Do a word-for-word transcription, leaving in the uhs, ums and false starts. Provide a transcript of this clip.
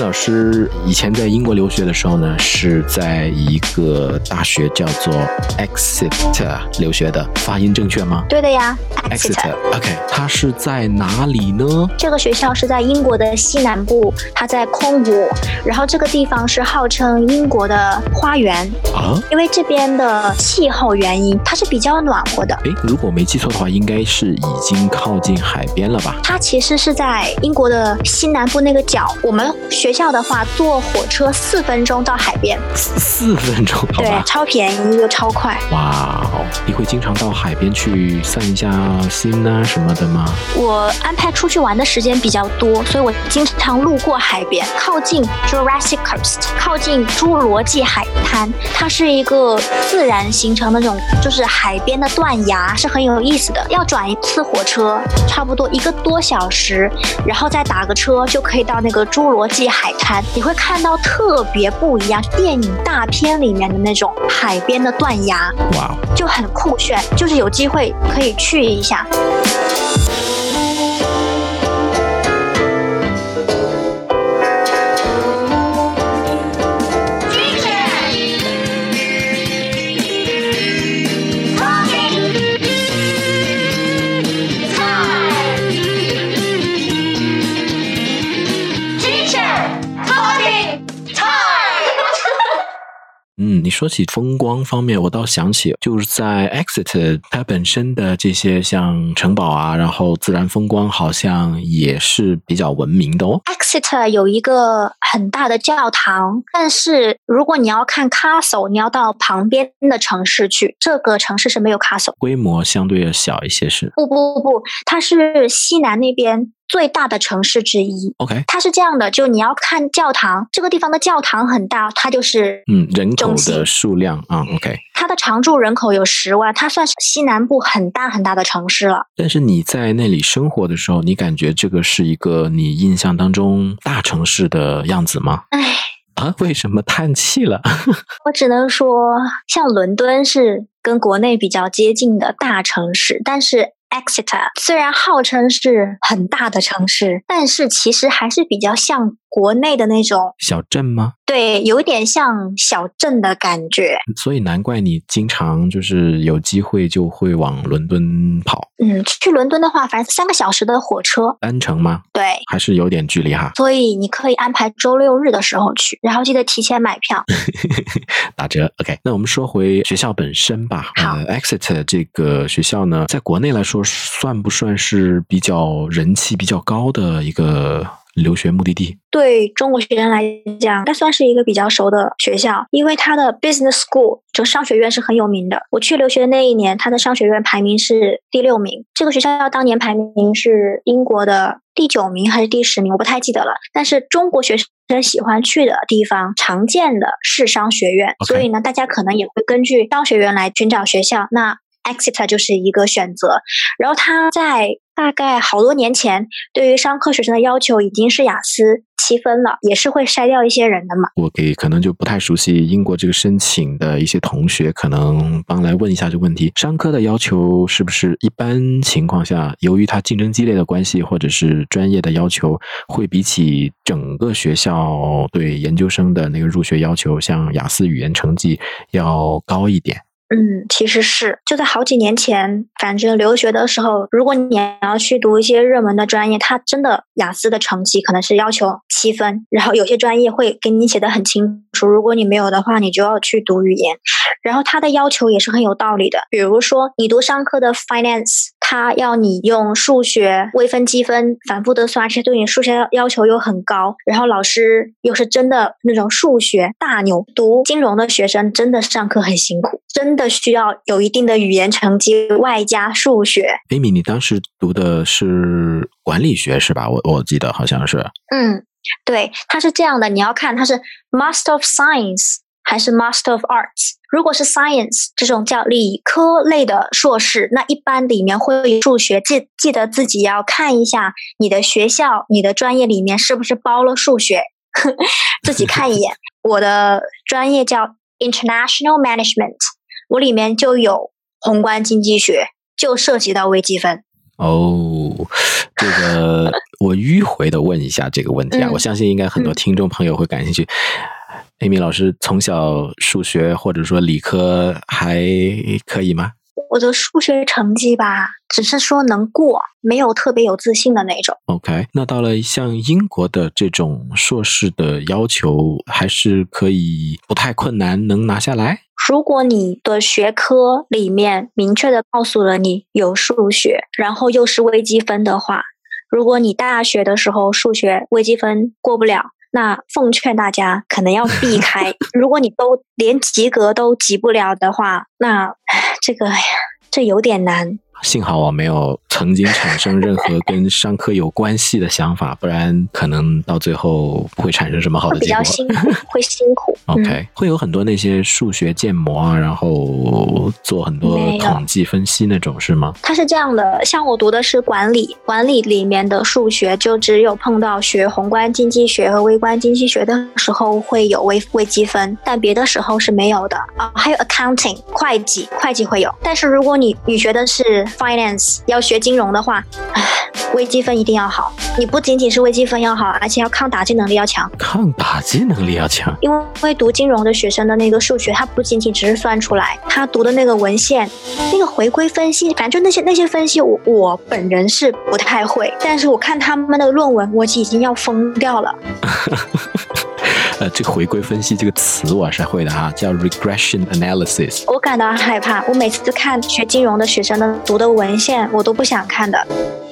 老师以前在英国留学的时候呢，是在一个大学叫做 Exeter 留学的，发音正确吗？ 对的呀 Exeter OK， 它是在哪里呢？ 这个学校是在英国的西南部，它在空谷，然后这个地方是号称英国的花园啊， 因为这边的气候原因，它是比较暖和的。 诶，如果没记错的话，应该是已经靠近海边了吧？ 它其实是在英国的西南部那个角，我们学校的话坐火车四分钟到海边。 四分钟，好吧？ 对，超便宜又超快。 哇哦，你会经常到海边去散一下心啊什么的吗？ 我安排出去玩的时间比较多，所以我经常路过海边，靠近 Jurassic Coast， 靠近侏罗纪海滩。它是一个自然形成的那种，就是海边的断崖，是很有意思的。要转一次火车，差不多一个多小时，然后再打个车就可以到那个侏罗纪海滩。你会看到特别不一样，电影大片里面的那种海边的断崖， 哇， 就很酷炫，就是有机会可以去一下。 嗯，你说起风光方面，我倒想起就是在 Exeter 它本身的这些像城堡啊，然后自然风光好像也是比较闻名的哦。 Exeter 有一个很大的教堂，但是如果你要看 castle， 你要到旁边的城市去，这个城市是没有 castle， 规模相对小一些是？ 不不不不，它是西南那边最大的城市之一。 OK， 它是这样的，就你要看教堂，这个地方的教堂很大，它就是嗯人口的数量啊、嗯、OK， 它的常住人口有十万，它算是西南部很大很大的城市了。 但是你在那里生活的时候，你感觉这个是一个你印象当中大城市的样子吗？ 唉啊，为什么叹气了？ 我只能说，像伦敦是跟国内比较接近的大城市，但是Exeter 虽然号称是很大的城市，但是其实还是比较像国内的那种小镇吗？ 对，有点像小镇的感觉。 所以难怪你经常就是有机会就会往伦敦跑。 嗯，去伦敦的话，反正三个小时的火车。 单程吗？ 对， 还是有点距离哈。 所以你可以安排周六日的时候去，然后记得提前买票。 打折 OK。 那我们说回学校本身吧。 好、 呃、Exeter 这个学校呢，在国内来说算不算是比较人气比较高的一个留学目的地？ 对中国学生来讲，它算是一个比较熟的学校，因为它的 business school 这个商学院是很有名的。我去留学的那一年，它的商学院排名是第六名，这个学校当年排名是英国的第九名还是第十名，我不太记得了。但是中国学生喜欢去的地方，常见的是商学院， okay. 所以呢，大家可能也会根据商学院来寻找学校。那Exeter 就是一个选择，然后他在大概好多年前对于商科学生的要求已经是雅思七分了，也是会筛掉一些人的嘛。 我给可能就不太熟悉英国这个申请的一些同学，可能帮来问一下这个问题。商科的要求是不是一般情况下，由于它竞争激烈的关系，或者是专业的要求，会比起整个学校对研究生的那个入学要求，像雅思语言成绩要高一点？ 嗯，其实是就在好几年前，反正留学的时候，如果你要去读一些热门的专业，它真的雅思的成绩可能是要求七分，然后有些专业会给你写得很清楚，如果你没有的话，你就要去读语言。然后它的要求也是很有道理的，比如说你读商科的 finance， 它要你用数学微分积分反复的算，而且对你数学要求又很高，然后老师又是真的那种数学大牛，读金融的学生真的上课很辛苦，真的需要有一定的语言成绩外加数学。 Amy 你当时读的是管理学是吧？我我记得好像是。 嗯，对，它是这样的，你要看它是 Master of Science 还是 Master of Arts。 如果是 Science 这种叫理科类的硕士，那一般里面会有数学，记记得自己要看一下你的学校你的专业里面是不是包了数学自己看一眼。我的专业叫 International Management， 我里面就有宏观经济学，就涉及到微积分。 哦，这个我迂回的问一下这个问题啊， 嗯、 我相信应该很多听众朋友会感兴趣。Amy 老师从小数学或者说理科还可以吗？ 我的数学成绩吧，只是说能过，没有特别有自信的那种。 OK， 那到了像英国的这种硕士的要求，还是可以不太困难，能拿下来？ 如果你的学科里面明确的告诉了你有数学，然后又是微积分的话，如果你大学的时候数学微积分过不了，那奉劝大家可能要避开。如果你都连及格都及不了的话，那这个这有点难。 幸好我没有曾经产生任何跟商科有关系的想法，不然可能到最后不会产生什么好的结果。 会比较辛苦，会辛苦。 OK，、 嗯、 会有很多那些数学建模啊，然后做很多统计分析那种是吗？ 它是这样的，像我读的是管理，管理里面的数学就只有碰到学宏观经济学和微观经济学的时候会有微微积分，但别的时候是没有的啊。还有 accounting 会计，会计会有，但是如果你你学的是 finance 要学金融的话，微积分一定要好。你不仅仅是微积分要好，而且要抗打击能力要强。 抗打击能力要强， 因为读金融的学生的那个数学，它不仅仅只是算出来，他读的那个文献、那个回归分析，反正就那些那些分析我，我本人是不太会，但是我看他们的论文，我已经要疯掉了。 呃，这个回归分析这个词我是会的哈，叫 regression analysis。 我感到害怕，我每次看学金融的学生的读的文献，我都不想看的。